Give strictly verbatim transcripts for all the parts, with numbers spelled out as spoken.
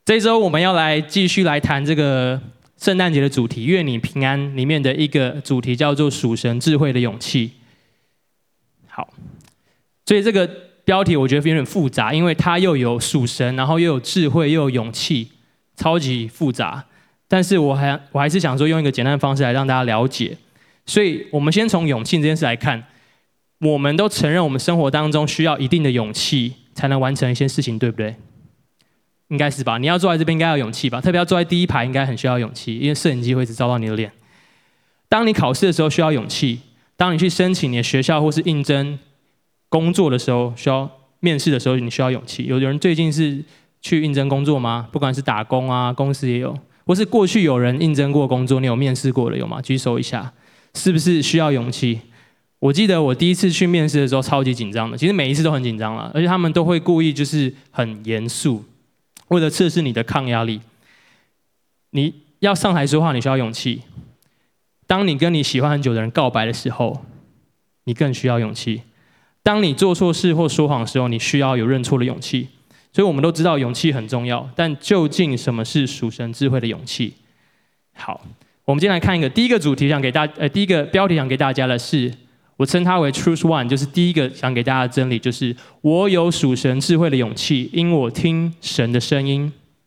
这一周我们要来继续来谈这个圣诞节的主题，愿你平安里面的一个主题叫做属神智慧的勇气。好，所以这个标题我觉得有点复杂，因为它又有属神，然后又有智慧，又有勇气，超级复杂。但是我还我还是想说用一个简单的方式来让大家了解。所以我们先从勇气这件事来看，我们都承认我们生活当中需要一定的勇气才能完成一些事情，对不对？应该是吧？你要坐在这边应该要有勇气吧？特别要坐在第一排应该很需要勇气，因为摄影机会一直照到你的脸。当你考试的时候需要勇气，当你去申请你的学校或是应征工作的时候需要面试的时候你需要勇气。有人最近是去应征工作吗？不管是打工啊，公司也有，或是过去有人应征过工作，你有面试过的有吗？举手一下，是不是需要勇气？我记得我第一次去面试的时候超级紧张的，其实每一次都很紧张啦，而且他们都会故意就是很严肃，为了测试你的抗压力。你要上台说话，你需要勇气。当你跟你喜欢很久的人告白的时候，你更需要勇气。当你做错事或说谎的时候，你需要有认错的勇气。所以我们都知道勇气很重要，但究竟什么是属神智慧的勇气？好，我们今天来看一个第一个主题，想给大呃第一个标题想给大家的是，我称它为 Truth One， 就是第一个想给大家的真理，就是我有属神智慧的勇气，因我听神的声音。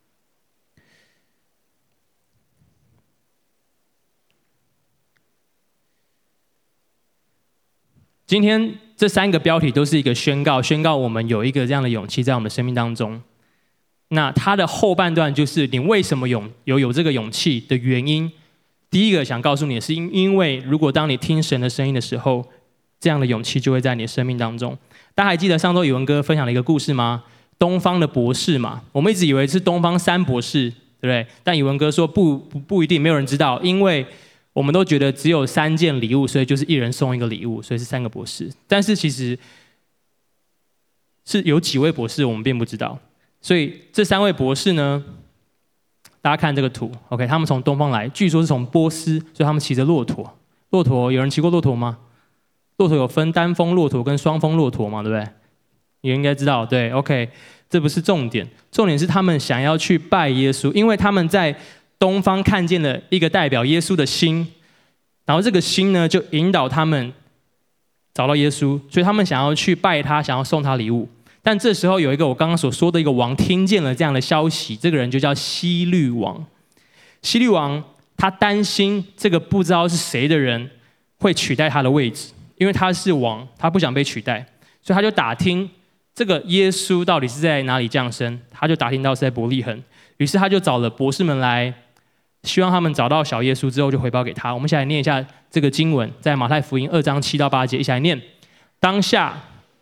今天这三个标题都是一个宣告，宣告我们有一个这样的勇气在我们的生命当中。那它的后半段就是你为什么有有有这个勇气的原因。第一个想告诉你的是，因因为如果当你听神的声音的时候，这样的勇气就会在你的生命当中。大家还记得上周宇文哥分享了一个故事吗？东方的博士嘛，我们一直以为是东方三博士，对不对？但宇文哥说不不不一定，没有人知道，因为我们都觉得只有三件礼物，所以就是一人送一个礼物，所以是三个博士。但是其实是有几位博士，我们并不知道。所以这三位博士呢，大家看这个图 ，OK， 他们从东方来，据说是从波斯，所以他们骑着骆驼。骆驼有人骑过骆驼吗？骆驼有分单峰骆驼跟双峰骆驼嘛，对不对？你应该知道，对 ，OK， 这不是重点，重点是他们想要去拜耶稣，因为他们在东方看见了一个代表耶稣的星，然后这个星呢就引导他们找到耶稣，所以他们想要去拜他，想要送他礼物。但这时候有一个我刚刚所说的一个王听见了这样的消息，这个人就叫希律王。希律王他担心这个不知道是谁的人会取代他的位置，因为他是王，他不想被取代，所以他就打听这个耶稣到底是在哪里降生，他就打听到是在伯利恒，于是他就找了博士们来，希望他们找到小耶稣之后就回报给他。我们一起来念一下这个经文，在马太福音二章七到八节，一起来念。当下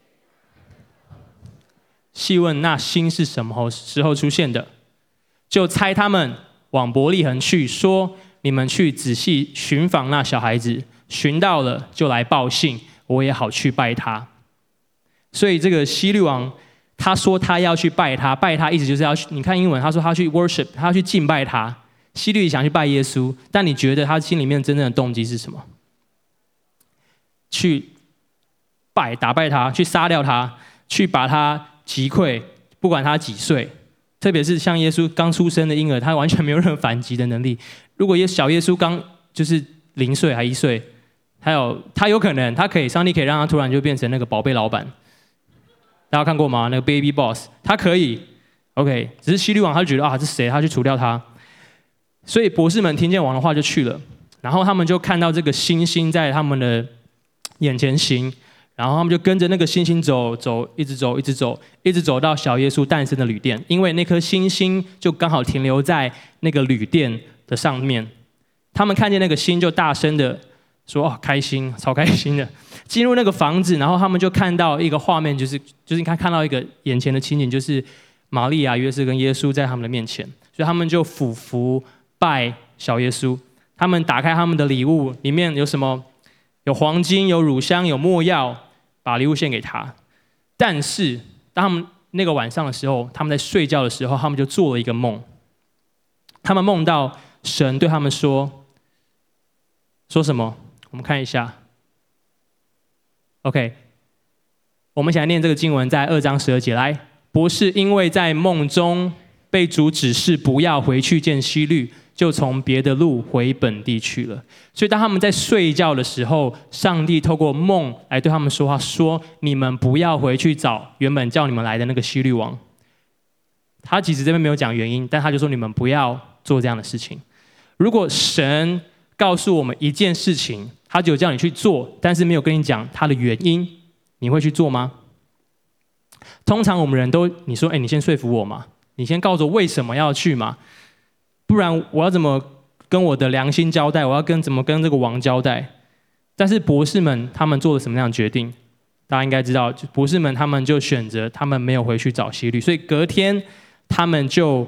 细问那星是什么时候出现的，就差他们往伯利恒去，说：你们去仔细寻访那小孩子，寻到了就来报信，我也好去拜他。所以这个希律王他说他要去拜他，拜他意思就是要去，你看英文他说他去 worship， 他要去敬拜他。希律想去拜耶稣，但你觉得他心里面真正的动机是什么？去拜打败他，去杀掉他，去把他击溃，不管他几岁，特别是像耶稣刚出生的婴儿，他完全没有任何反击的能力。如果小耶稣刚就是零岁还一岁，还有他有可能，他可以，上帝可以让他突然就变成那个宝贝老板，大家看过吗？那个 Baby Boss， 他可以 ，OK， 只是希律王他就觉得啊，这是谁？他去除掉他。所以博士们听见王的话就去了，然后他们就看到这个星星在他们的眼前行。然后他们就跟着那个星星走走，一直走，一直走，一直走到小耶稣诞生的旅店，因为那颗星星就刚好停留在那个旅店的上面。他们看见那个星，就大声的说：“哦，开心，超开心的！”进入那个房子，然后他们就看到一个画面，就是就是你看看到一个眼前的情景，就是玛利亚、约瑟跟耶稣在他们的面前，所以他们就俯伏拜小耶稣。他们打开他们的礼物，里面有什么？有黄金，有乳香，有没药，把礼物献给他。但是当他们那个晚上的时候，他们在睡觉的时候，他们就做了一个梦。他们梦到神对他们说：“说什么？我们看一下。OK， 我们一起来念这个经文，在二章十二节。来，博士因为在梦中被主指示不要回去见希律，就从别的路回本地去了。所以当他们在睡觉的时候，上帝透过梦来对他们说话，说你们不要回去找原本叫你们来的那个希律王。他其实这边没有讲原因，但他就说你们不要做这样的事情。如果神告诉我们一件事情，他只有叫你去做，但是没有跟你讲他的原因，你会去做吗？通常我们人都你说，哎，你先说服我嘛，你先告诉我为什么要去嘛，不然我要怎么跟我的良心交代？我要跟怎么跟这个王交代？但是博士们他们做了什么样的决定？大家应该知道，博士们他们就选择他们没有回去找希律，所以隔天他们就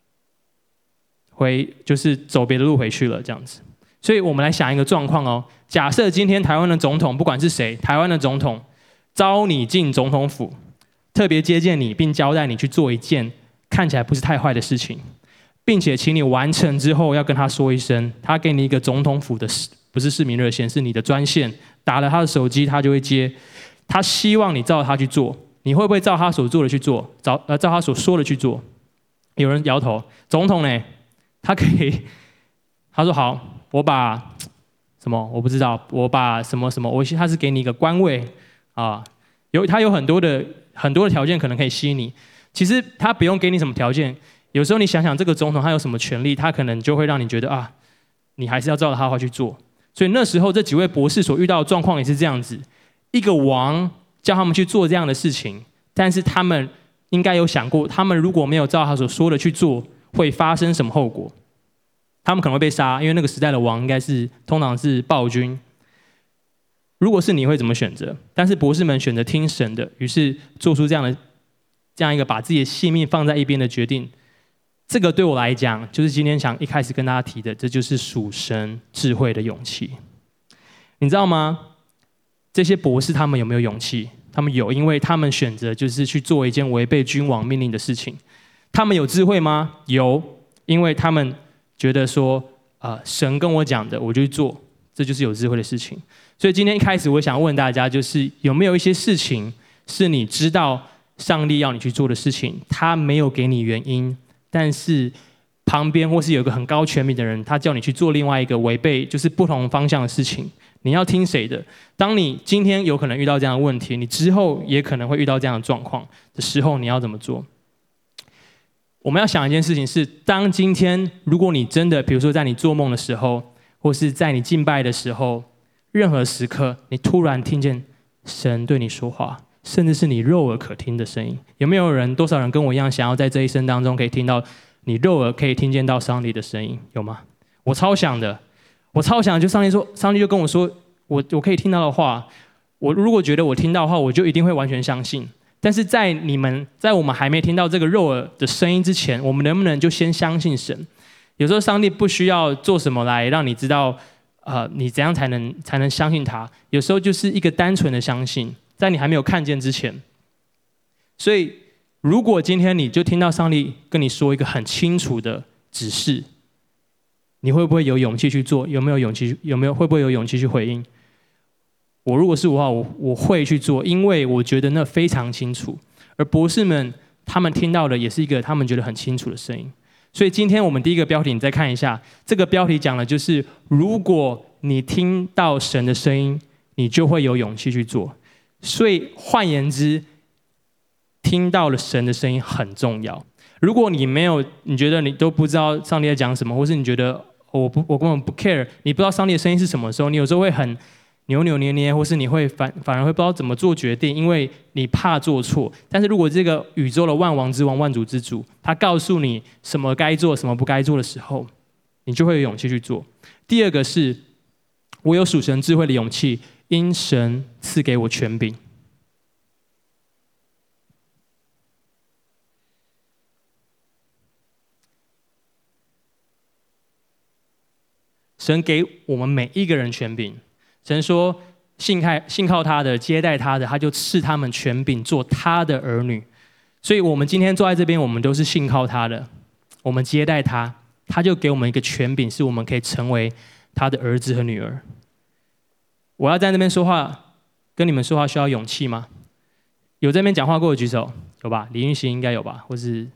回就是走别的路回去了，这样子。所以我们来想一个状况哦，假设今天台湾的总统，不管是谁，台湾的总统召你进总统府，特别接见你，并交代你去做一件看起来不是太坏的事情，并且请你完成之后要跟他说一声，他给你一个总统府的不是市民热线，是你的专线，打了他的手机他就会接，他希望你照他去做，你会不会照他所做的去做？照呃照他所说的去做？有人摇头。总统呢？他可以，他说好，我把什么我不知道，我把什么什么，我他是给你一个官位啊，有他有很多的很多的条件可能可以吸引你。其实他不用给你什么条件，有时候你想想这个总统他有什么权利，他可能就会让你觉得啊，你还是要照他的话去做。所以那时候这几位博士所遇到的状况也是这样子，一个王叫他们去做这样的事情，但是他们应该有想过，他们如果没有照他所说的去做，会发生什么后果？他们可能会被杀，因为那个时代的王应该是通常是暴君。如果是你会怎么选择？但是博士们选择听神的，于是做出这样的这样一个把自己的性命放在一边的决定。这个对我来讲，就是今天想一开始跟大家提的，这就是属神智慧的勇气。你知道吗？这些博士他们有没有勇气？他们有，因为他们选择就是去做一件违背君王命令的事情。他们有智慧吗？有，因为他们觉得说，呃，神跟我讲的，我就去做，这就是有智慧的事情。所以今天一开始，我想问大家，就是有没有一些事情是你知道上帝要你去做的事情，他没有给你原因，但是旁边或是有一个很高权柄的人，他叫你去做另外一个违背，就是不同方向的事情，你要听谁的？当你今天有可能遇到这样的问题，你之后也可能会遇到这样的状况的时候，你要怎么做？我们要想一件事情是，当今天如果你真的，比如说在你做梦的时候，或是在你敬拜的时候，任何时刻你突然听见神对你说话，甚至是你肉耳可听的声音，有没有人？多少人跟我一样，想要在这一生当中可以听到你肉耳可以听见到上帝的声音？有吗？我超想的，我超想，就上帝说，上帝就跟我说，我我可以听到的话，我如果觉得我听到的话，我就一定会完全相信。但是在你们在我们还没听到这个肉耳的声音之前，我们能不能就先相信神？有时候上帝不需要做什么来让你知道，呃，你怎样才能才能相信他？有时候就是一个单纯的相信，在你还没有看见之前。所以，如果今天你就听到上帝跟你说一个很清楚的指示，你会不会有勇气去做？有没有勇气？有没有会不会有勇气去回应？我如果是我的话，我我会去做，因为我觉得那非常清楚。而博士们他们听到的也是一个他们觉得很清楚的声音。所以今天我们第一个标题，你再看一下，这个标题讲的就是，如果你听到神的声音，你就会有勇气去做。所以换言之，听到了神的声音很重要。如果你没有，你觉得你都不知道上帝在讲什么，或是你觉得、哦、我不我根本不 care， 你不知道上帝的声音是什么的时候，你有时候会很扭扭捏捏，或是你会反反而会不知道怎么做决定，因为你怕做错。但是如果这个宇宙的万王之王、万主之主，他告诉你什么该做、什么不该做的时候，你就会有勇气去做。第二个是，我有属神智慧的勇气，因神赐给我权柄。神给我们每一个人权柄。神说，信靠信靠他的、接待他的，他就赐他们权柄，做他的儿女。所以，我们今天坐在这边，我们都是信靠他的，我们接待他，他就给我们一个权柄，是我们可以成为他的儿子和女儿。我要在那边说话，跟你们说话需要勇气吗？有在那边讲话过的举手，有吧？李运行应该有吧？或是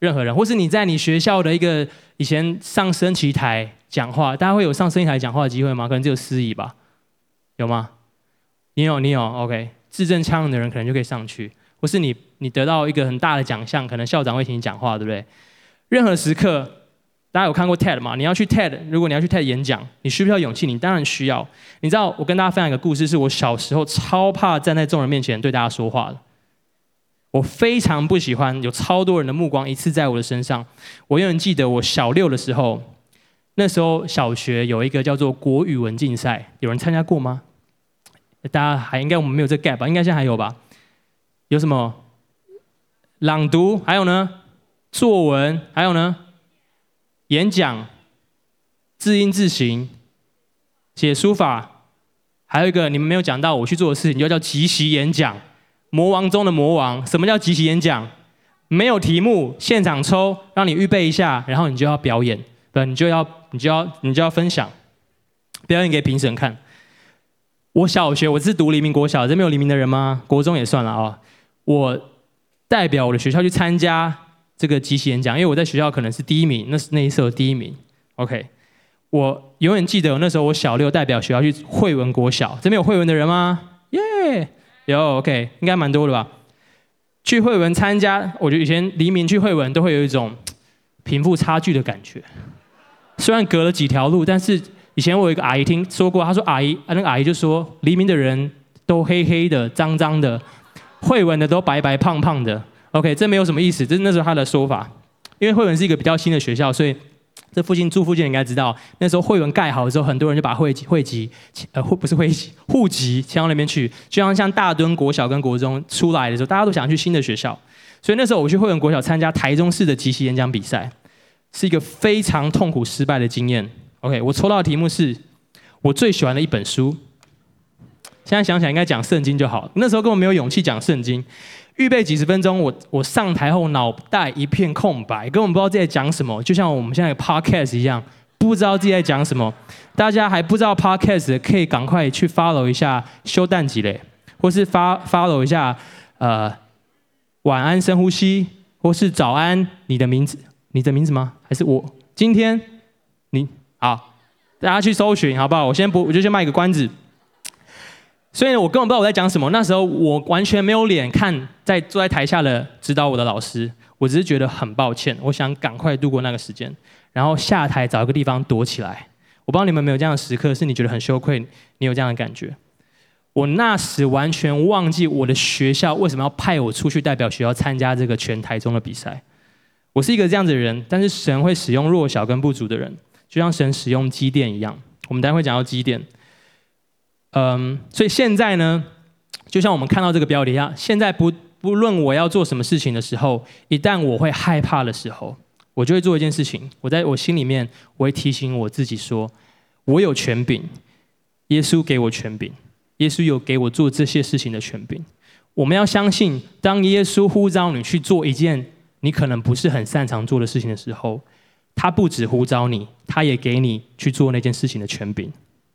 任何人，或是你在你学校的一个以前上升旗台讲话，大家会有上升旗台讲话的机会吗？可能只有司仪吧，有吗？你有，你有 ，OK。字正腔圆的人可能就可以上去，或是你你得到一个很大的奖项，可能校长会请你讲话，对不对？任何时刻，大家有看过 TED 吗？你要去 TED， 如果你要去 TED 演讲，你需不需要勇气？你当然需要。你知道，我跟大家分享一个故事，是我小时候超怕站在众人面前对大家说话的。我非常不喜欢有超多人的目光一次在我的身上。我永远记得我小六的时候，那时候小学有一个叫做国语文竞赛，有人参加过吗？大家还应该我们没有这个 gap 吧？应该现在还有吧？有什么朗读，还有呢作文，还有呢演讲、字音字形、写书法，还有一个你们没有讲到我去做的事情，就叫即席演讲。魔王中的魔王，什么叫即席演讲？没有题目，现场抽，让你预备一下，然后你就要表演，不，你就要你就要你就要分享，表演给评审看。我小学我是读黎明国小，这边有黎明的人吗？国中也算了啊、哦。我代表我的学校去参加这个即席演讲，因为我在学校可能是第一名，那是那一次的第一名。OK， 我永远记得那时候我小六代表学校去惠文国小，这边有惠文的人吗？耶、yeah! 有 OK， 应该蛮多的吧？去惠文参加，我觉得以前黎明去惠文都会有一种贫富差距的感觉，虽然隔了几条路，但是。以前我有一个阿姨听说过，她说阿姨，那个阿姨就说，黎明的人都黑黑的、脏脏的，惠文的都白白胖胖的。OK， 这没有什么意思，这是那时候她的说法。因为惠文是一个比较新的学校，所以这附近住附近应该知道，那时候惠文盖好的时候，很多人就把会籍、会籍，呃，不是会籍，户籍迁到那边去。就像像大墩国小跟国中出来的时候，大家都想去新的学校，所以那时候我去惠文国小参加台中市的即席演讲比赛，是一个非常痛苦失败的经验。OK， 我抽到的题目是我最喜欢的一本书。现在想想应该讲圣经就好，那时候根本没有勇气讲圣经。预备几十分钟，我我上台后脑袋一片空白，根本不知道自己在讲什么，就像我们现在的 podcast 一样，不知道自己在讲什么。大家还不知道 podcast， 可以赶快去 follow 一下修蛋几嘞，或是 follow 一下呃晚安深呼吸，或是早安你的名字，你的名字吗？还是我今天你？好，大家去搜寻好不好？我先不，我就先卖一个关子。所以呢，我根本不知道我在讲什么。那时候我完全没有脸看在坐在台下的指导我的老师，我只是觉得很抱歉，我想赶快度过那个时间，然后下台找一个地方躲起来。我不知道你们有没有这样的时刻，是你觉得很羞愧，你有这样的感觉？我那时完全忘记我的学校为什么要派我出去代表学校参加这个全台中的比赛。我是一个这样子的人，但是神会使用弱小跟不足的人。就像神使用基甸一样，我们待会讲到基甸。嗯，所以现在呢，就像我们看到这个标题一样，现在不不论我要做什么事情的时候，一旦我会害怕的时候，我就会做一件事情。我在我心里面，我会提醒我自己说，我有权柄，耶稣给我权柄，耶稣有给我做这些事情的权柄。我们要相信，当耶稣呼召你去做一件你可能不是很擅长做的事情的时候，他不只呼召你，他也给你去做那件事情的权柄。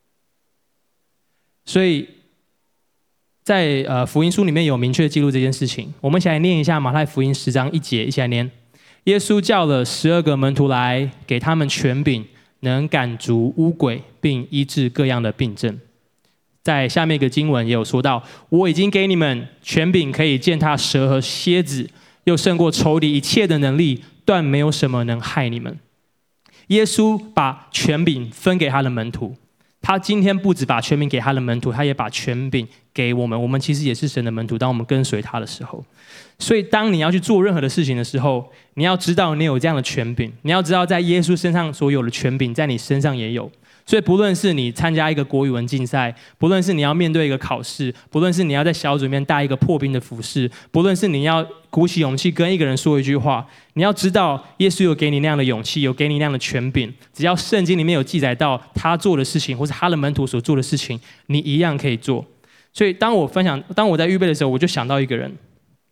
所以在呃福音书里面有明确记录这件事情。我们一起来念一下马太福音十章一节，一起来念。耶稣叫了十二个门徒来，给他们权柄，能赶逐污鬼，并医治各样的病症。在下面一个经文也有说到，我已经给你们权柄，可以践踏蛇和蝎子，又胜过仇敌一切的能力，断没有什么能害你们。耶稣把权柄分给他的门徒，他今天不只把权柄给他的门徒，他也把权柄给我们。我们其实也是神的门徒，当我们跟随他的时候。所以当你要去做任何的事情的时候，你要知道你有这样的权柄，你要知道在耶稣身上所有的权柄，在你身上也有。所以不论是你参加一个国语文竞赛，不论是你要面对一个考试，不论是你要在小组里面带一个破冰的服事，不论是你要鼓起勇气跟一个人说一句话，你要知道耶稣有给你那样的勇气，有给你那样的权柄。只要圣经里面有记载到他做的事情，或是他的门徒所做的事情，你一样可以做。所以当我分享，当我在预备的时候，我就想到一个人，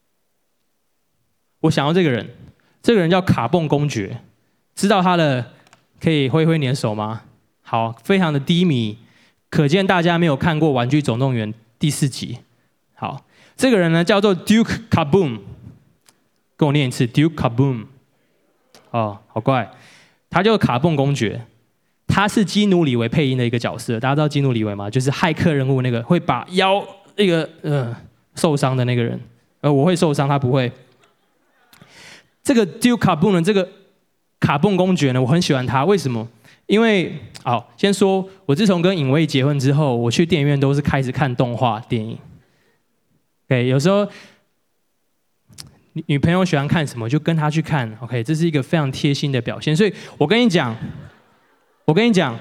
我想到这个人，这个人叫卡蹦公爵，知道他的，可以挥挥你的手吗？好，非常的低迷，可见大家没有看过《玩具总动员》第四集。好，这个人呢叫做 Duke Kaboom， 跟我念一次 Duke Kaboom。 哦，好怪。他叫卡蹦公爵，他是基努里维配音的一个角色。大家知道基努里维吗？就是骇客任务那个会把腰那个呃受伤的那个人。呃，我会受伤，他不会。这个 Duke 卡蹦呢，这个卡蹦公爵呢，我很喜欢他。为什么？因为好，先说我自从跟尹卫结婚之后，我去电影院都是开始看动画电影。对，有时候女朋友喜欢看什么，就跟她去看。OK， 这是一个非常贴心的表现。所以我跟你讲，我跟你讲，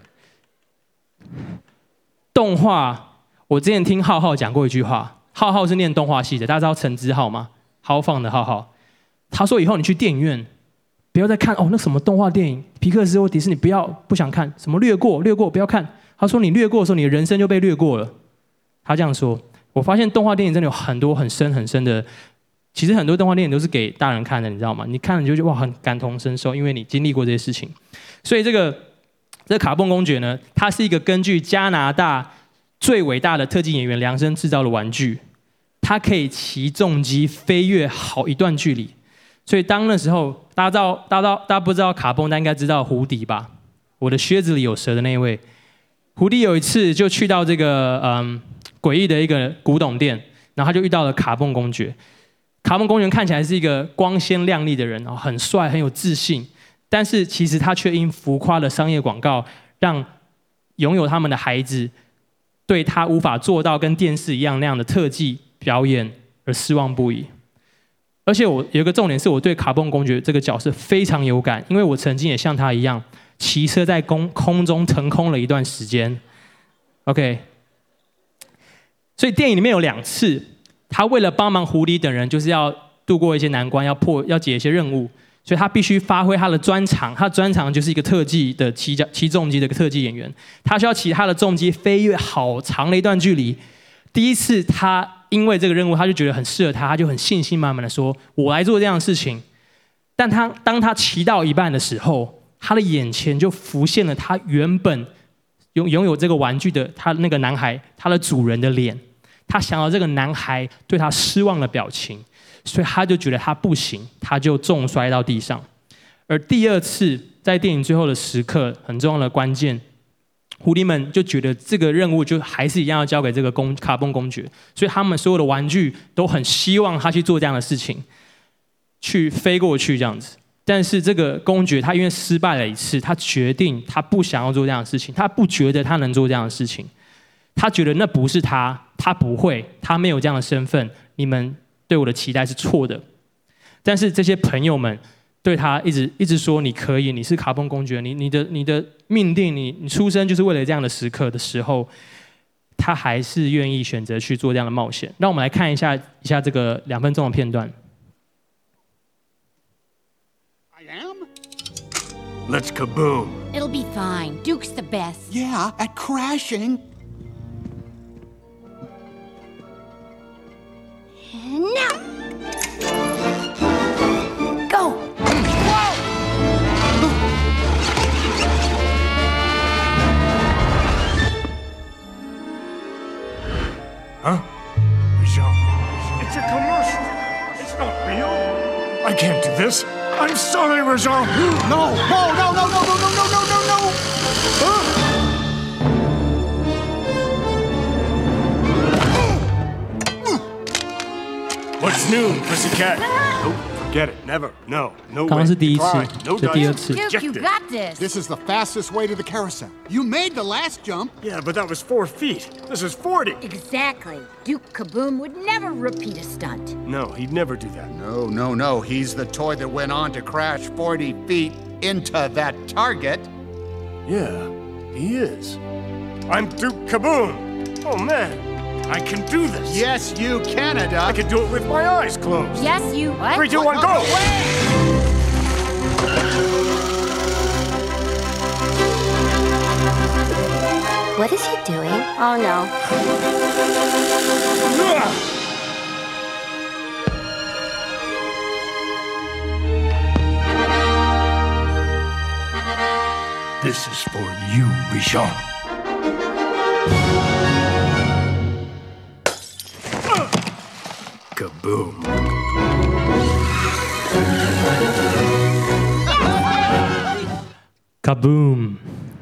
动画，我之前听浩浩讲过一句话。浩浩是念动画系的，大家知道陈之浩吗？豪放的浩浩，他说以后你去电影院，不要再看哦那什么动画电影，皮克斯或迪士尼，不要不想看，什么略过略过，不要看。他说你略过的时候，你的人生就被略过了。他这样说。我发现动画电影真的有很多很深很深的，其实很多动画电影都是给大人看的，你知道吗？你看了你就觉得哇很感同身受，因为你经历过这些事情。所以这个这个卡蹦公爵呢，它是一个根据加拿大最伟大的特技演员量身制造的玩具，它可以骑重机飞越好一段距离。所以当那时候大家知道，大家知道大家不知道卡蹦，大家应该知道胡迪吧？我的靴子里有蛇的那一位。胡迪有一次就去到这个嗯。诡异的一个古董店，然后他就遇到了卡蹦公爵。卡蹦公爵看起来是一个光鲜亮丽的人，很帅，很有自信，但是其实他却因浮夸的商业广告，让拥有他们的孩子对他无法做到跟电视一样那样的特技表演而失望不已。而且我有一个重点是我对卡蹦公爵这个角色非常有感，因为我曾经也像他一样骑车在空空中腾空了一段时间。OK。所以电影里面有两次，他为了帮忙狐狸等人，就是要度过一些难关，要破要解一些任务，所以他必须发挥他的专长。他的专长就是一个特技的骑骑重机的一个特技演员，他需要骑他的重机飞越好长的一段距离。第一次他因为这个任务，他就觉得很适合他，他就很信心满满的说：“我来做这样的事情。”但他当他骑到一半的时候，他的眼前就浮现了他原本拥拥有这个玩具的他那个男孩，他的主人的脸。他想到这个男孩对他失望的表情，所以他就觉得他不行，他就重摔到地上。而第二次，在电影最后的时刻，很重要的关键，狐狸们就觉得这个任务就还是一样要交给这个公卡蹦公爵，所以他们所有的玩具都很希望他去做这样的事情，去飞过去这样子。但是这个公爵他因为失败了一次，他决定他不想要做这样的事情，他不觉得他能做这样的事情。他觉得那不是他，他不会，他没有这样的身份，你们对我的期待是错的。但是这些朋友们对他一直一直说你可以，你是卡蹦公爵，你你的你的命定，你你出生就是为了这样的时刻的时候，他还是愿意选择去做这样的冒险。让我们来看一下一下这个两分钟的片段。 I am. Let's kaboom. It'll be fine. Duke's the best. Yeah, at crashing. Now! Go! Huh? Jean. It's a commercial. It's not real. I can't do this. I'm sorry, Rajan. No, no, no, no, no, no, no, no, no, no, no. Huh? What's new, pussycat? Nope, forget it. Never. No, no way. 刚刚是第一次， No 这第二 dice. 次。 Duke, you got this. This is the fastest way to the carousel. You made the last jump. Yeah, but that was four feet. This is forty. Exactly. Duke Kaboom would never repeat a stunt. No, he'd never do that. No, no, no. He's the toy that went on to crash forty feet into that target. Yeah, he is. I'm Duke Kaboom. Oh, man. I can do this. Yes, you, Canada. I can do it with my eyes closed. Yes, you. What? Three, two, one, go! What is he doing? Oh, no. This is for you, Richard. Kaboom. Kaboom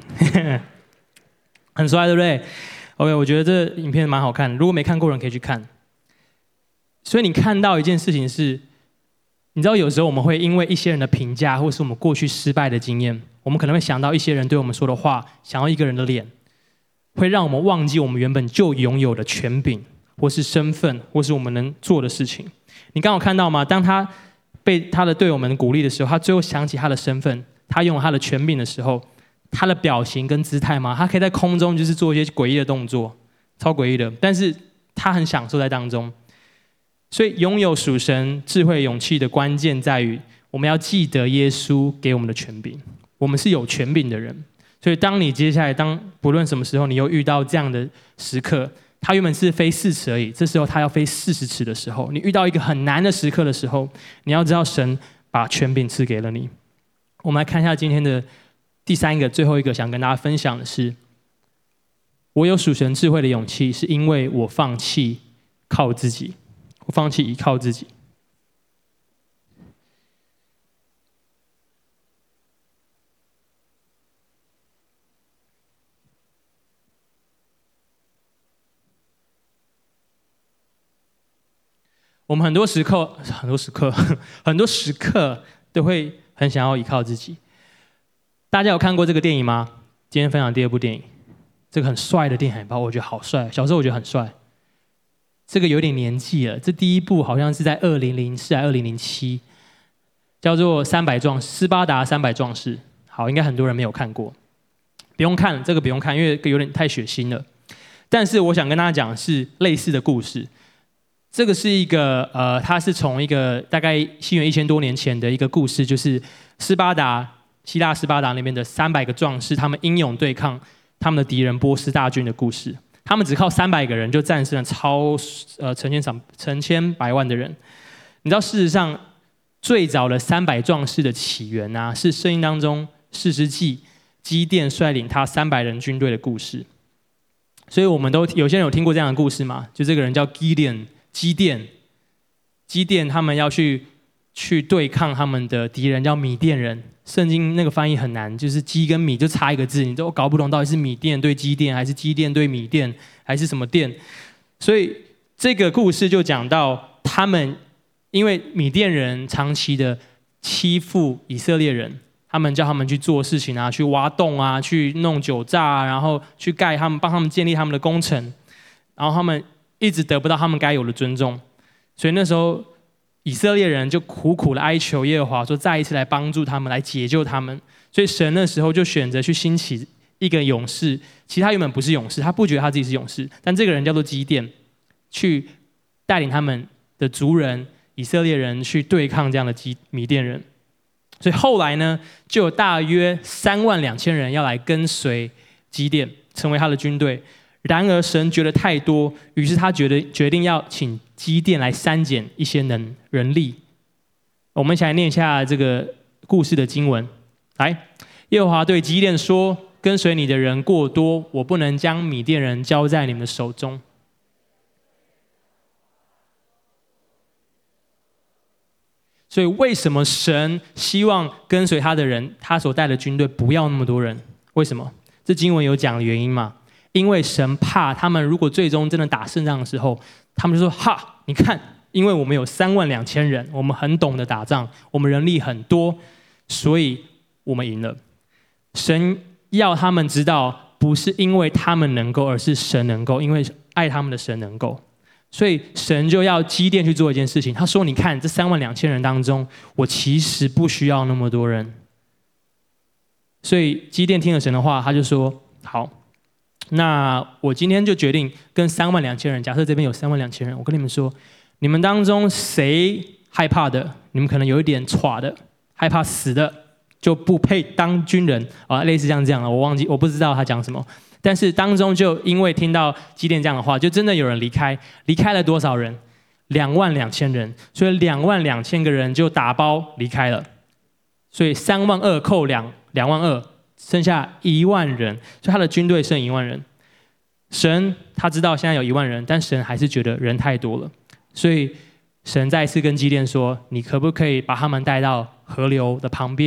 很帅，对不对 ？OK， 我觉得这影片蛮好看的，如果没看过的人可以去看。所以你看到一件事情是，你知道有时候我们会因为一些人的评价，或是我们过去失败的经验，我们可能会想到一些人对我们说的话，想要一个人的脸，会让我们忘记我们原本就拥有的权柄，或是身份，或是我们能做的事情。你刚好看到吗？当他被他的队友们鼓励的时候，他最后想起他的身份，他拥有他的权柄的时候，他的表情跟姿态吗？他可以在空中就是做一些诡异的动作，超诡异的，但是他很享受在当中。所以拥有属神智慧勇气的关键在于，我们要记得耶稣给我们的权柄，我们是有权柄的人。所以当你接下来当不论什么时候你又遇到这样的时刻，他原本是飞四尺而已，这时候他要飞四十尺的时候，你遇到一个很难的时刻的时候，你要知道神把权柄赐给了你。我们来看一下今天的第三个最后一个想跟大家分享的是，我有属神智慧的勇气，是因为我放弃靠自己，我放弃依靠自己。我们很多时刻、很多时刻、很多时刻都会很想要依靠自己。大家有看过这个电影吗？今天分享第二部电影，这个很帅的电影海报，我觉得好帅。小时候我觉得很帅。这个有点年纪了，这第一部好像是在二零零四还是二零零七，叫做《三百壮斯巴达三百壮士》。好，应该很多人没有看过，不用看，这个不用看，因为有点太血腥了。但是我想跟大家讲的是类似的故事。这个是一个呃，它是从一个大概西元一千多年前的一个故事，就是斯巴达希腊斯巴达那边的三百个壮士，他们英勇对抗他们的敌人波斯大军的故事。他们只靠三百个人就战胜了超呃成千上成千百万的人。你知道，事实上最早的三百壮士的起源啊，是圣经当中士师记基甸率领他三百人军队的故事。所以我们都有些人有听过这样的故事吗？就这个人叫基甸。基甸，基甸他们要去去对抗他们的敌人，叫米甸人。圣经那个翻译很难，就是基跟米就差一个字，你都搞不懂到底是米甸对基甸，还是基甸对米甸，还是什么甸。所以这个故事就讲到，他们因为米甸人长期的欺负以色列人，他们叫他们去做事情啊，去挖洞啊，去弄酒榨啊，然后去盖他们，帮他们建立他们的工程，然后他们一直得不到他们该有的尊重，所以那时候以色列人就苦苦的哀求耶和华，说再一次来帮助他们，来解救他们。所以神那时候就选择去兴起一个勇士，其实他原本不是勇士，他不觉得他自己是勇士，但这个人叫做基甸，去带领他们的族人以色列人去对抗这样的基米甸人。所以后来呢，就有大约三万两千人要来跟随基甸，成为他的军队。然而神觉得太多，于是他觉得决定要请基甸来删减一些人人力。我们一起来念一下这个故事的经文。来，耶和华对基甸说：“跟随你的人过多，我不能将米甸人交在你们的手中。”所以为什么神希望跟随他的人，他所带的军队不要那么多人？为什么？这经文有讲的原因嘛？因为神怕他们如果最终真的打胜仗的时候，他们就说：哈，你看，因为我们有三万两千人，我们很懂得打仗，我们人力很多，所以我们赢了。神要他们知道，不是因为他们能够，而是神能够，因为爱他们的神能够。所以神就要基甸去做一件事情，他说：你看，这三万两千人当中，我其实不需要那么多人。所以基甸听了神的话，他就说：好，那我今天就决定跟三万两千人，假设这边有三万两千人，我跟你们说，你们当中谁害怕的，你们可能有一点垮的，害怕死的，就不配当军人啊，类似像这样的，我忘记，我不知道他讲什么。但是当中就因为听到基甸这样的话，就真的有人离开，离开了多少人？两万两千人，所以两万两千个人就打包离开了。所以三万二扣两两万二，剩下一万人，所以他的军队剩一万人。神他知道现在有一万人，但神还是觉得人太多了，所以神再一次跟基甸说：你可不可以把他们带到河流的旁边，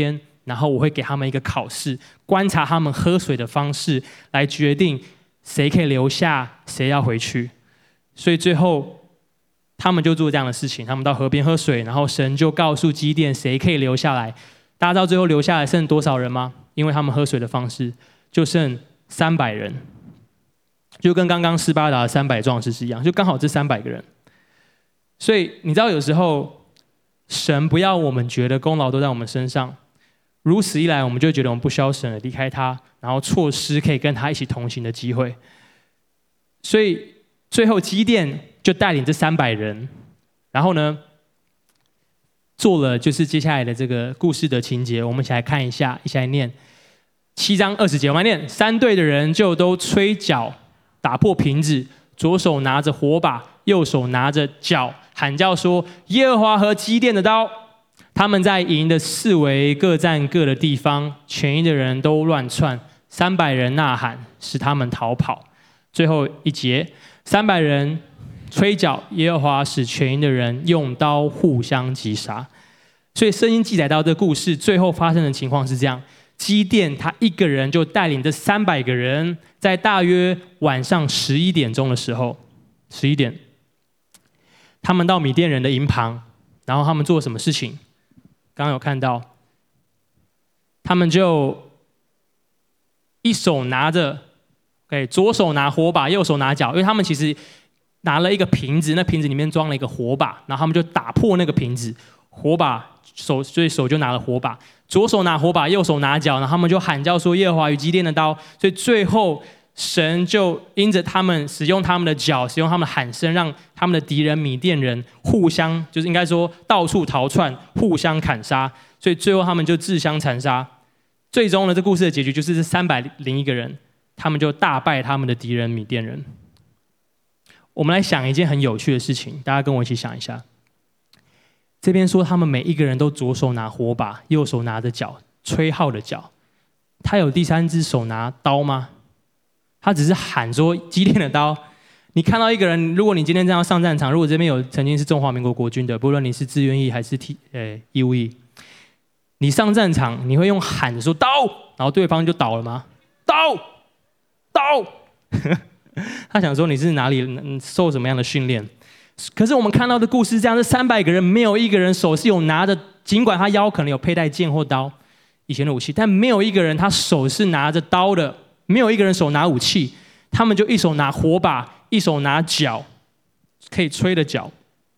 然后我会给他们一个考试，观察他们喝水的方式，来决定谁可以留下，谁要回去。所以最后他们就做这样的事情，他们到河边喝水，然后神就告诉基甸谁可以留下来。大家知道最后留下来剩多少人吗？因为他们喝水的方式，就剩三百人，就跟刚刚斯巴达的三百壮士是一样，就刚好这三百个人。所以你知道有时候神不要我们觉得功劳都在我们身上，如此一来我们就觉得我们不需要神了，离开他，然后错失可以跟他一起同行的机会。所以最后基甸就带领这三百人，然后呢做了就是接下来的这个故事的情节，我们一起来看一下，一起来念七章二十节，我们来念。三队的人就都吹角，打破瓶子，左手拿着火把，右手拿着角，喊叫说：耶和华和基甸的刀。他们在营的四围各占各的地方，全营的人都乱窜，三百人呐喊，使他们逃跑。最后一节，三百人吹角，耶和华使全营的人用刀互相击杀。所以圣经记载到这故事最后发生的情况是这样：基甸他一个人就带领这三百个人，在大约晚上十一点钟的时候，十一点，他们到米甸人的营旁，然后他们做什么事情？刚刚有看到，他们就一手拿着， okay, 左手拿火把，右手拿角，因为他们其实拿了一个瓶子，那瓶子里面装了一个火把，然后他们就打破那个瓶子，火把手，所以手就拿了火把，左手拿火把，右手拿角，然后他们就喊叫说：耶和华与基甸的刀。所以最后神就因着他们使用他们的脚，使用他们的喊声，让他们的敌人米甸人互相，就是应该说到处逃窜，互相砍杀。所以最后他们就自相残杀。最终呢，这故事的结局就是这三百零一个人，他们就大败他们的敌人米甸人。我们来想一件很有趣的事情，大家跟我一起想一下。这边说他们每一个人都左手拿火把，右手拿着角，吹号的角。他有第三只手拿刀吗？他只是喊说基甸的刀。你看到一个人，如果你今天这样上战场，如果这边有曾经是中华民国国军的，不论你是志愿役还是替呃义务役，你上战场你会用喊说刀，然后对方就倒了吗？刀，刀。他想说你是哪里受什么样的训练？可是我们看到的故事这样，这三百个人没有一个人手是有拿着，尽管他腰可能有佩戴剑或刀以前的武器，但没有一个人他手是拿着刀的。没有一个人手拿武器，他们就一手拿火把，一手拿角，可以吹的角。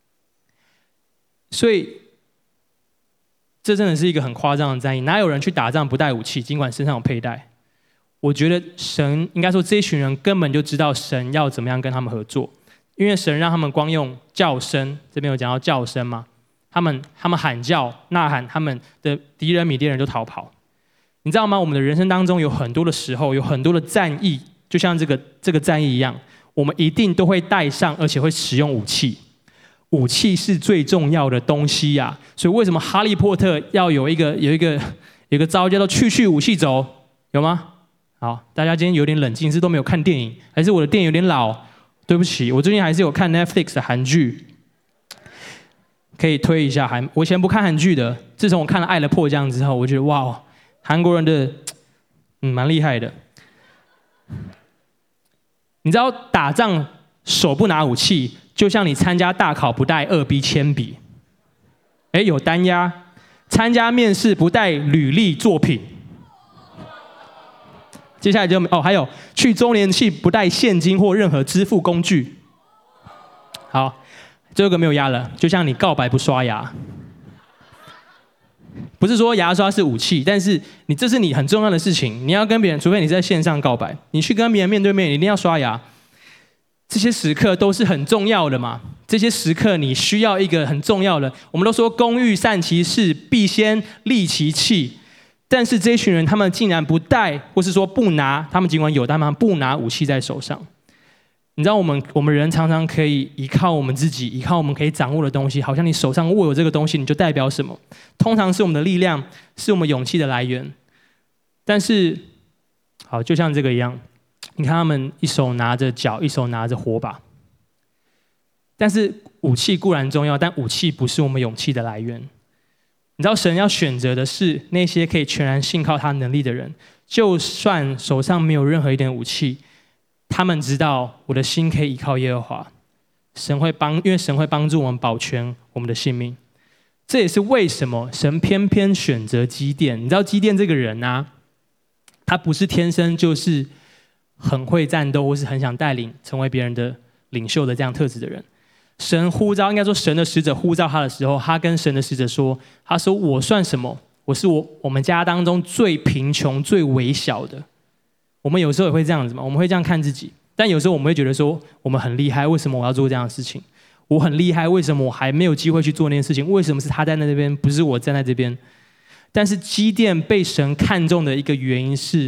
所以这真的是一个很夸张的战役，哪有人去打仗不带武器，尽管身上有佩戴？我觉得神应该说这群人根本就知道神要怎么样跟他们合作，因为神让他们光用叫声，这边有讲到叫声嘛，他们他们喊叫呐喊，他们的敌人米甸人就逃跑。你知道吗？我们的人生当中有很多的时候，有很多的战役，就像这个这个战役一样，我们一定都会带上，而且会使用武器。武器是最重要的东西呀、啊，所以为什么哈利波特要有一个有一个有一个招叫做去去武器轴，有吗？好，大家今天有点冷静，是都没有看电影，还是我的电影有点老？对不起，我最近还是有看 Netflix 的韩剧，可以推一下韩。我以前不看韩剧的，自从我看了《爱的迫降》之后，我觉得哇。韩国人的嗯蛮厉害的，你知道打仗手不拿武器，就像你参加大考不带二 B 铅笔，哎有单押；参加面试不带履历作品。接下来就哦还有去周年庆不带现金或任何支付工具。好，最后一个没有押了，就像你告白不刷牙。不是说牙刷是武器，但是你这是你很重要的事情，你要跟别人，除非你在线上告白，你去跟别人面对面，你一定要刷牙。这些时刻都是很重要的嘛，这些时刻你需要一个很重要的。我们都说工欲善其事，必先利其器，但是这群人他们竟然不带，或是说不拿，他们尽管有，但他们不拿武器在手上。你知道我们我们人常常可以依靠我们自己，依靠我们可以掌握的东西，好像你手上握有这个东西，你就代表什么？通常是我们的力量，是我们勇气的来源。但是，好，就像这个一样，你看他们一手拿着角，一手拿着火把。但是武器固然重要，但武器不是我们勇气的来源。 你知道神要选择的是那些可以全然信靠他能力的人，就算手上没有任何一点武器，他们知道我的心可以依靠耶和华，神会帮，因为神会帮助我们保全我们的性命。这也是为什么神偏偏选择基甸。你知道基甸这个人啊，他不是天生就是很会战斗，或是很想带领成为别人的领袖的这样特质的人。神呼召，应该说神的使者呼召他的时候，他跟神的使者说，他说我算什么？我是我我们家当中最贫穷最微小的。我们有时候也会这样子嘛，我们会这样看自己，但有时候我们会觉得说我们很厉害，为什么我要做这样的事情？我很厉害，为什么我还没有机会去做那件事情？为什么是他站在那边，不是我站在这边？但是基甸被神看中的一个原因是，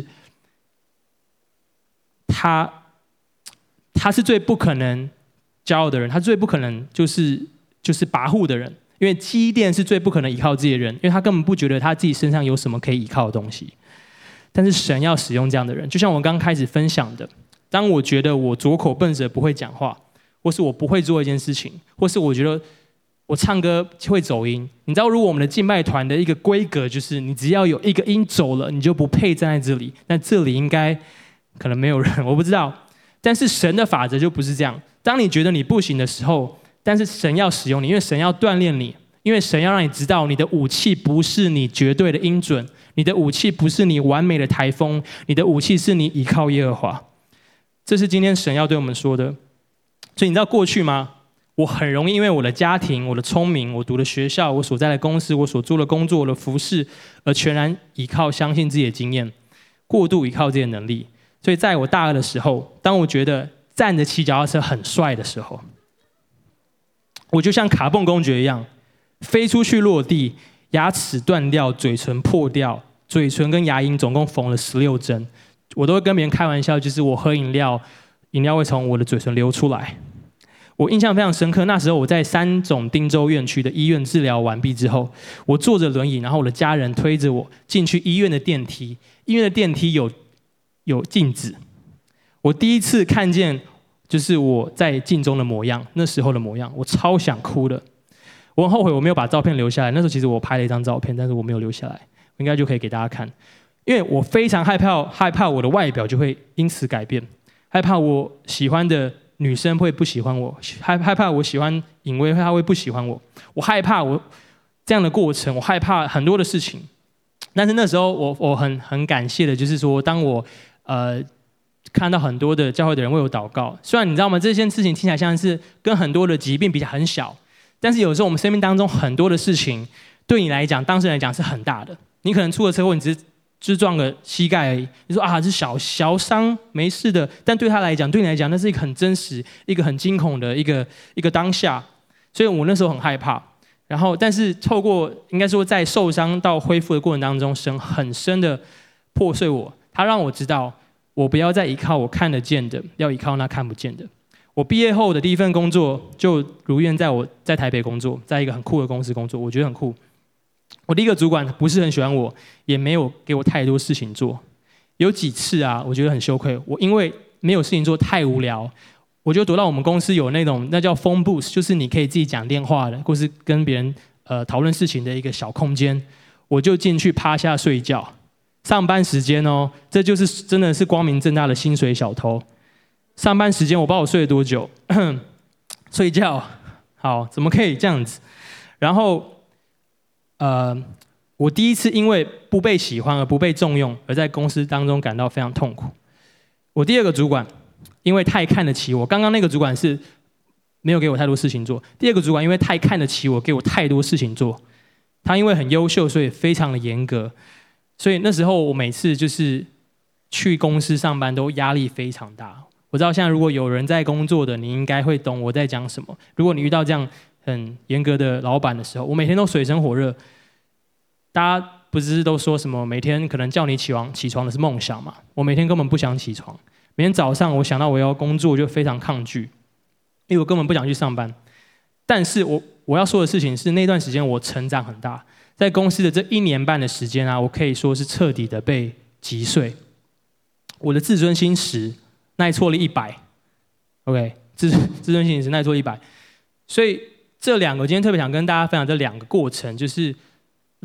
他他是最不可能骄傲的人，他最不可能就是就是跋扈的人，因为基甸是最不可能依靠自己的人，因为他根本不觉得他自己身上有什么可以依靠的东西。但是神要使用这样的人，就像我刚开始分享的，当我觉得我左口笨舌不会讲话，或是我不会做一件事情，或是我觉得我唱歌会走音，你知道，如果我们的敬拜团的一个规格就是你只要有一个音走了，你就不配站在这里，那这里应该可能没有人，我不知道。但是神的法则就不是这样，当你觉得你不行的时候，但是神要使用你，因为神要锻炼你，因为神要让你知道你的武器不是你绝对的音准，你的武器不是你完美的台风，你的武器是你依靠耶和华。这是今天神要对我们说的。所以你知道过去吗？我很容易因为我的家庭、我的聪明、我读的学校、我所在的公司、我所做的工作、我的服饰，而全然依靠相信自己的经验，过度依靠自己的能力。所以在我大二的时候，当我觉得站着骑脚踏车很帅的时候，我就像卡蹦公爵一样，飞出去落地，牙齿断掉，嘴唇破掉，嘴唇跟牙龈总共缝了十六针。我都会跟别人开玩笑，就是我喝饮料，饮料会从我的嘴唇流出来。我印象非常深刻，那时候我在三总汀州院区的医院治疗完毕之后，我坐着轮椅，然后我的家人推着我进去医院的电梯。医院的电梯有有镜子，我第一次看见就是我在镜中的模样，那时候的模样，我超想哭的。我很后悔我没有把照片留下来，那时候其实我拍了一张照片，但是我没有留下来，我应该就可以给大家看。因为我非常害怕，害怕我的外表就会因此改变，害怕我喜欢的女生会不喜欢我，害害怕我喜欢尹薇，她会不喜欢我，我害怕我这样的过程，我害怕很多的事情。但是那时候我我很很感谢的，就是说，当我呃看到很多的教会的人为我祷告，虽然你知道吗，这件事情听起来像是跟很多的疾病比较很小，但是有时候我们生命当中很多的事情，对你来讲，当事人来讲是很大的。你可能出了车祸，你只是就是撞个膝盖而已，你说啊，是小小伤，没事的。但对他来讲，对你来讲，那是一个很真实、一个很惊恐的一个一个当下。所以我那时候很害怕。然后，但是透过应该说在受伤到恢复的过程当中，神很深的破碎我，他让我知道，我不要再依靠我看得见的，要依靠那看不见的。我毕业后的第一份工作就如愿在我在台北工作，在一个很酷的公司工作，我觉得很酷。我第一个主管不是很喜欢我，也没有给我太多事情做。有几次啊，我觉得很羞愧。我因为没有事情做，太无聊，我就躲到我们公司有那种那叫 phone booth， 就是你可以自己讲电话的，或是跟别人呃讨论事情的一个小空间。我就进去趴下睡觉。上班时间哦，这就是真的是光明正大的薪水小偷。上班时间我不知道我睡了多久，睡觉，好，怎么可以这样子？然后。呃，我第一次因为不被喜欢而不被重用，而在公司当中感到非常痛苦。我第二个主管因为太看得起我，刚刚那个主管是没有给我太多事情做，第二个主管因为太看得起我，给我太多事情做。他因为很优秀，所以非常的严格，所以那时候我每次就是去公司上班都压力非常大。我知道现在如果有人在工作的，你应该会懂我在讲什么。如果你遇到这样很严格的老板的时候，我每天都水深火热。大家不是都说什么每天可能叫你起床起床的是梦想嘛？我每天根本不想起床，每天早上我想到我要工作就非常抗拒，因为我根本不想去上班。但是我我要说的事情是，那段时间我成长很大，在公司的这一年半的时间啊，我可以说是彻底的被击碎。我的自尊心十耐挫了一百 ，OK， 自自尊心十耐挫一百，所以。这两个，我今天特别想跟大家分享这两个过程，就是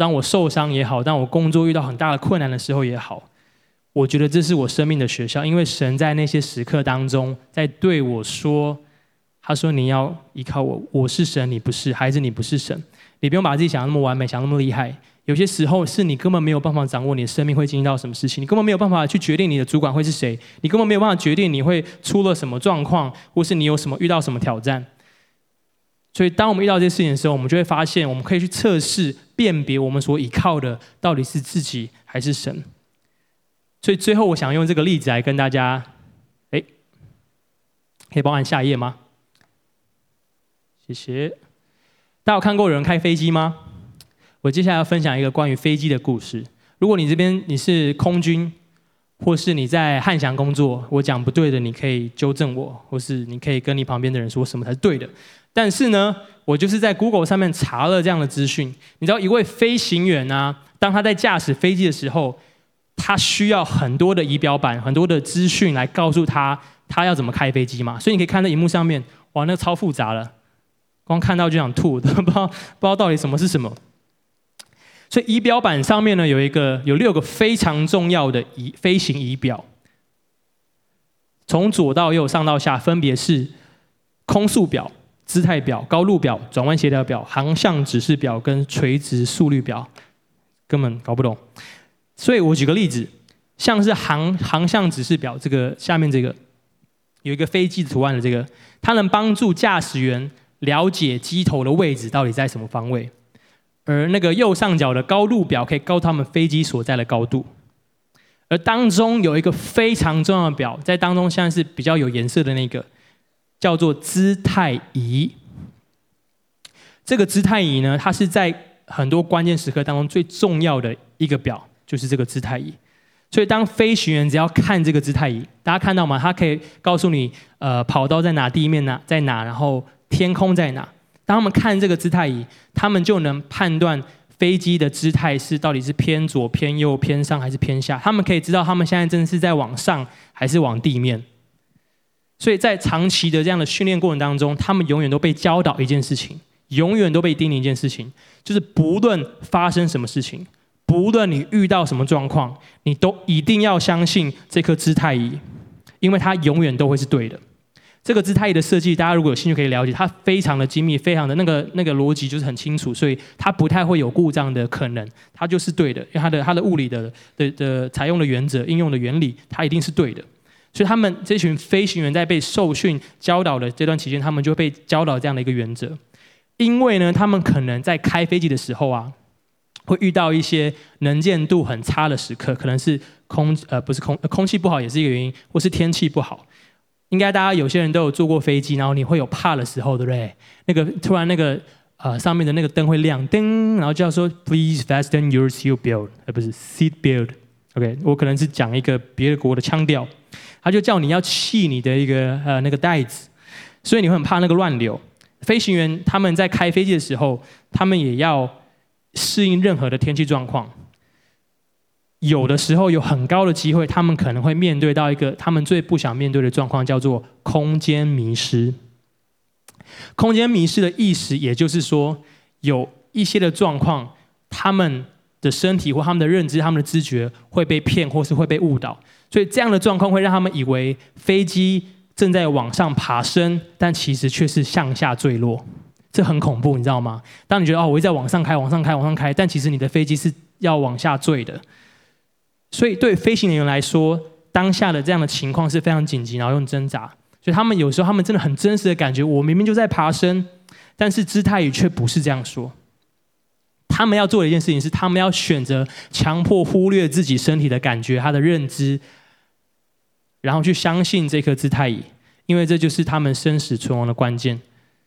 当我受伤也好，当我工作遇到很大的困难的时候也好，我觉得这是我生命的学校，因为神在那些时刻当中在对我说，他说你要依靠我，我是神，你不是，孩子你不是神，你不用把自己想得那么完美，想得那么厉害。有些时候是你根本没有办法掌握你的生命会经历到什么事情，你根本没有办法去决定你的主管会是谁，你根本没有办法决定你会出了什么状况，或是你有什么遇到什么挑战。所以当我们遇到这些事情的时候，我们就会发现我们可以去测试辨别我们所依靠的到底是自己还是神。所以最后我想用这个例子来跟大家，哎，可以帮我按下一页吗？谢谢。大家有看过有人开飞机吗？我接下来要分享一个关于飞机的故事。如果你这边你是空军，或是你在汉翔工作，我讲不对的，你可以纠正我，或是你可以跟你旁边的人说什么才是对的。但是呢，我就是在 Google 上面查了这样的资讯。你知道，一位飞行员啊，当他在驾驶飞机的时候，他需要很多的仪表板、很多的资讯来告诉他他要怎么开飞机嘛。所以你可以看到荧幕上面，哇，那个超复杂了，光看到就想吐，不知道不知道到底什么是什么。所以仪表板上面呢，有一个有六个非常重要的仪飞行仪表，从左到右、上到下，分别是空速表、姿态表、高度表、转弯协调表、航向指示表跟垂直速率表，根本搞不懂。所以我举个例子，像是航航向指示表，这个下面这个有一个飞机的图案的这个，它能帮助驾驶员了解机头的位置到底在什么方位。而那个右上角的高度表可以告诉他们飞机所在的高度，而当中有一个非常重要的表，在当中现在是比较有颜色的那个，叫做姿态仪。这个姿态仪呢，它是在很多关键时刻当中最重要的一个表，就是这个姿态仪。所以当飞行员只要看这个姿态仪，大家看到吗？它可以告诉你，呃，跑道在哪，地面哪在哪，然后天空在哪。当他们看这个姿态仪，他们就能判断飞机的姿态是到底是偏左、偏右、偏上还是偏下。他们可以知道他们现在真的是在往上还是往地面。所以在长期的这样的训练过程当中，他们永远都被教导一件事情，永远都被叮咛一件事情，就是不论发生什么事情，不论你遇到什么状况，你都一定要相信这颗姿态仪，因为它永远都会是对的。这个姿态仪的设计，大家如果有兴趣可以了解，它非常的精密，非常的那个那个逻辑就是很清楚，所以它不太会有故障的可能，它就是对的，因为它的它的物理的的的采用的原则、应用的原理，它一定是对的。所以他们这群飞行员在被受训教导的这段期间，他们就被教导这样的一个原则。因为呢，他们可能在开飞机的时候啊，会遇到一些能见度很差的时刻，可能是空呃不是空空气不好也是一个原因，或是天气不好。应该大家有些人都有坐过飞机，然后你会有怕的时候，对不对？那个突然那个呃上面的那个灯会亮，叮，然后就要说 Please fasten your seat belt， 呃不是 seat belt。OK， 我可能是讲一个别的国的腔调，他就叫你要系你的一个呃那个带子，所以你会很怕那个乱流。飞行员他们在开飞机的时候，他们也要适应任何的天气状况。有的时候有很高的机会，他们可能会面对到一个他们最不想面对的状况，叫做空间迷失。空间迷失的意思，也就是说，有一些的状况，他们的身体或他们的认知、他们的知觉会被骗，或是会被误导。所以这样的状况会让他们以为飞机正在往上爬升，但其实却是向下坠落。这很恐怖，你知道吗？当你觉得哦，我一直在往上开、往上开、往上开，但其实你的飞机是要往下坠的。所以对飞行人员来说，当下的这样的情况是非常紧急，然后用挣扎。所以他们有时候他们真的很真实的感觉，我明明就在爬升，但是姿态仪却不是这样说。他们要做的一件事情是，他们要选择强迫忽略自己身体的感觉、他的认知，然后去相信这颗姿态仪，因为这就是他们生死存亡的关键。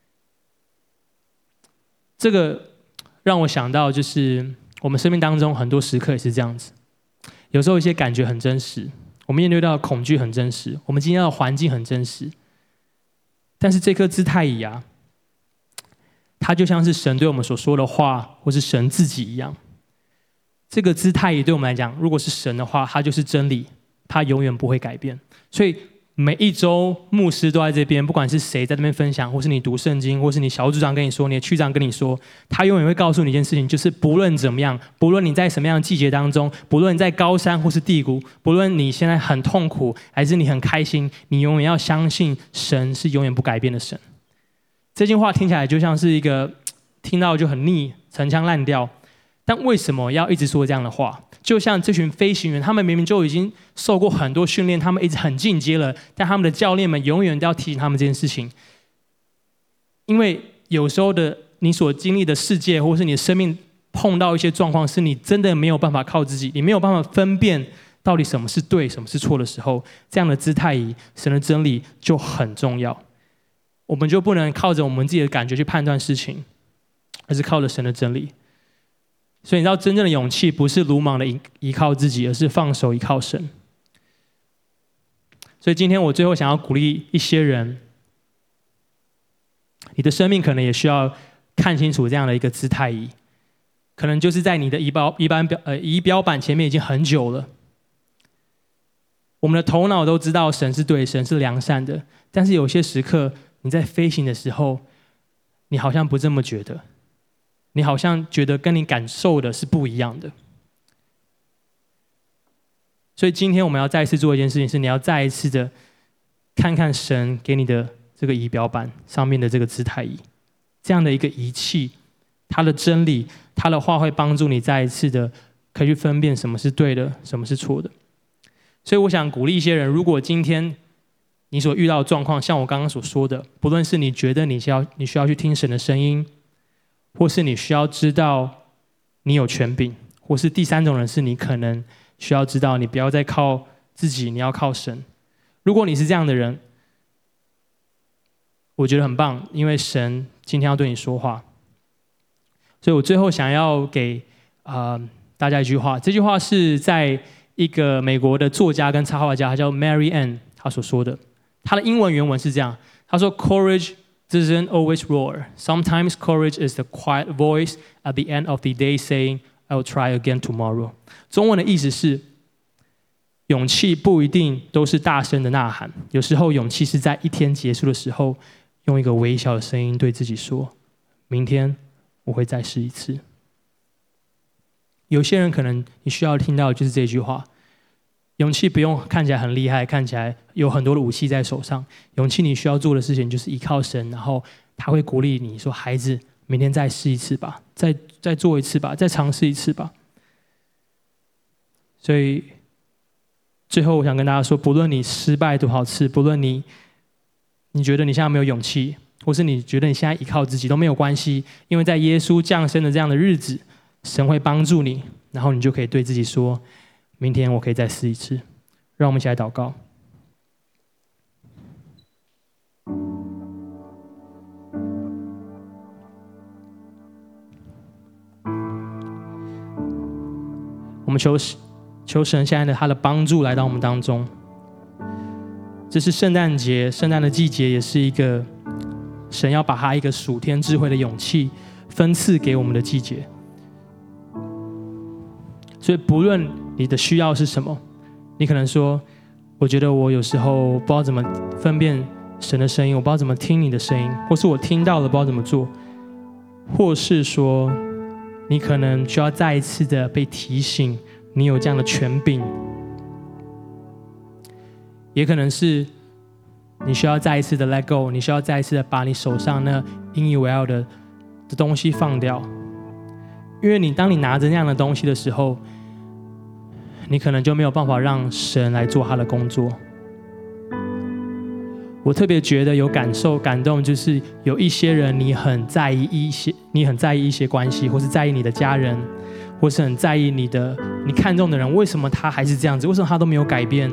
这个让我想到，就是我们生命当中很多时刻也是这样子。有时候一些感觉很真实，我们面对到的恐惧很真实，我们今天的环境很真实，但是这颗姿态仪啊，它就像是神对我们所说的话，或是神自己一样。这个姿态仪对我们来讲，如果是神的话，它就是真理，它永远不会改变。所以每一周牧师都在这边，不管是谁在这边分享，或是你读圣经，或是你小组长跟你说，你的区长跟你说，他永远会告诉你一件事情，就是不论怎么样，不论你在什么样的季节当中，不论你在高山或是低谷，不论你现在很痛苦还是你很开心，你永远要相信神是永远不改变的神。这句话听起来就像是一个听到就很腻、陈腔滥调，但为什么要一直说这样的话？就像这群飞行员，他们明明就已经受过很多训练，他们一直很进阶了，但他们的教练们永远都要提醒他们这件事情。因为有时候的你所经历的世界，或是你的生命碰到一些状况，是你真的没有办法靠自己，你没有办法分辨到底什么是对，什么是错的时候，这样的姿态仪，神的真理就很重要。我们就不能靠着我们自己的感觉去判断事情，而是靠着神的真理。所以你知道，真正的勇气不是鲁莽的依靠自己，而是放手依靠神。所以今天我最后想要鼓励一些人，你的生命可能也需要看清楚这样的一个姿态仪，可能就是在你的仪表仪板表呃仪表板前面已经很久了。我们的头脑都知道神是对，神是良善的，但是有些时刻你在飞行的时候，你好像不这么觉得。你好像觉得跟你感受的是不一样的，所以今天我们要再一次做一件事情，是你要再一次的看看神给你的这个仪表板上面的这个姿态仪，这样的一个仪器，它的真理，它的话会帮助你再一次的可以去分辨什么是对的，什么是错的。所以我想鼓励一些人，如果今天你所遇到的状况，像我刚刚所说的，不论是你觉得你需要你需要去听神的声音，或是你需要知道你有权柄，或是第三种人是你可能需要知道你不要再靠自己，你要靠神。如果你是这样的人，我觉得很棒，因为神今天要对你说话。所以我最后想要给、呃、大家一句话，这句话是在一个美国的作家跟插画家，他叫 Mary Ann， 他所说的。他的英文原文是这样，他说 Courage doesn't always roar. Sometimes courage is the quiet voice at the end of the day saying, I'll try again tomorrow. 中文的意思是，勇气不一定都是大声的呐喊，有时候勇气是在一天结束的时候，用一个微小的声音对自己说，明天我会再试一次。有些人可能你需要听到的就是这句话，勇气不用看起来很厉害，看起来有很多的武器在手上。勇气你需要做的事情就是依靠神，然后他会鼓励你说：“孩子，明天再试一次吧，再再做一次吧，再尝试一次吧。”所以最后我想跟大家说，不论你失败多少次，不论你你觉得你现在没有勇气，或是你觉得你现在依靠自己都没有关系，因为在耶稣降生的这样的日子，神会帮助你，然后你就可以对自己说，明天我可以再试一次。让我们一起来祷告。我们求求神现在的他的帮助来到我们当中。这是圣诞节，圣诞的季节也是一个神要把他一个属天智慧的勇气分赐给我们的季节。所以不论你的需要是什么，你可能说，我觉得我有时候不知道怎么分辨神的声音，我不知道怎么听你的声音，或是我听到了不知道怎么做，或是说你可能需要再一次的被提醒你有这样的权柄，也可能是你需要再一次的 let go， 你需要再一次的把你手上那引以为傲的的东西放掉。因为你当你拿着那样的东西的时候，你可能就没有办法让神来做他的工作。我特别觉得有感受感动，就是有一些人你很在意一些你很在意一些关系，或是在意你的家人，或是很在意你的你看重的人，为什么他还是这样子，为什么他都没有改变。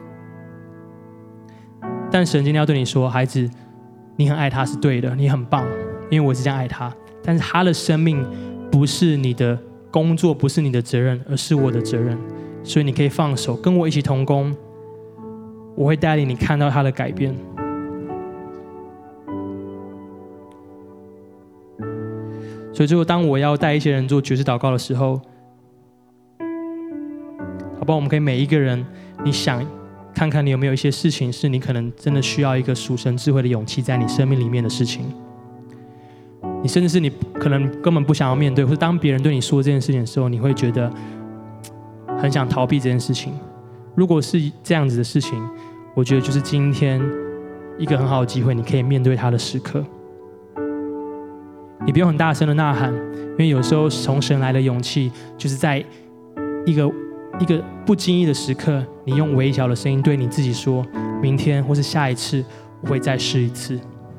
但神今天要对你说，孩子，你很爱他是对的，你很棒，因为我是这样爱他，但是他的生命不是你的工作，不是你的责任，而是我的责任。所以你可以放手，跟我一起同工，我会带领你看到他的改变。所以最后当我要带一些人做决志祷告的时候，好不好，我们可以每一个人，你想看看你有没有一些事情是你可能真的需要一个属神智慧的勇气在你生命里面的事情。你甚至是你可能根本不想要面对，或者当别人对你说这件事情的时候，你会觉得很想逃避这件事情。如果是这样子的事情，我觉得就是今天一个很好的机会，你可以面对它的时刻。你不用很大声的呐喊，因为有时候从神来的勇气，就是在一个一个不经意的时刻，你用微小的声音对你自己说：明天或是下一次，我会再试一次。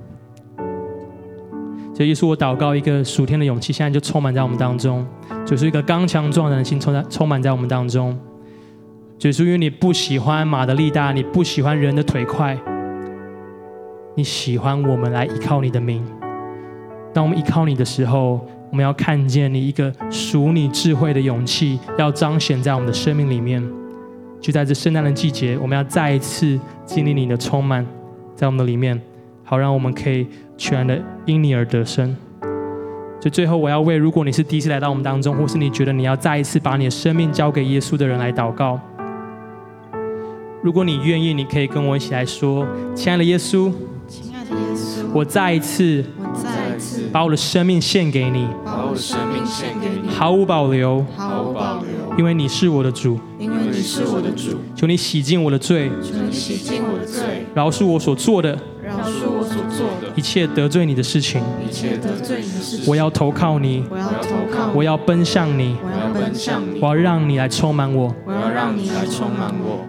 所以耶稣，我祷告一个属天的勇气，现在就充满在我们当中，就是一个刚强壮胆的心充充满在我们当中。就是因为你不喜欢马的力大，你不喜欢人的腿快，你喜欢我们来依靠你的名。当我们依靠你的时候，我们要看见你一个属你智慧的勇气，要彰显在我们的生命里面。就在这圣诞的季节，我们要再一次经历你的充满在我们的里面，好让我们可以全然的因你而得生。所以最后我要为如果你是第一次来到我们当中，或是你觉得你要再一次把你的生命交给耶稣的人来祷告。如果你愿意，你可以跟我一起来说：亲爱的耶稣， 亲爱的耶稣， 我再一次我再一次把我的生命献给你， 把我的生命献给你， 毫无保留， 毫无保留， 因为你是我的主。 因为你是我的主。 求你洗净我的罪， 求你洗净我的罪， 饶恕我所做的饶恕我所做的一切得罪你的事情。 一切得罪你的事情。 我要投靠你， 我要投靠你， 我要奔向你， 我要奔向你， 我要让你来充满我， 我要让你来充满我，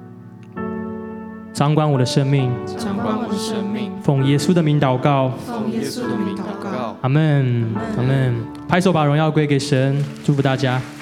掌管我的生命。 掌管我的生命。 奉耶稣的名祷告， 奉耶稣的名祷告。 阿们，阿们。拍手把荣耀归给神，祝福大家。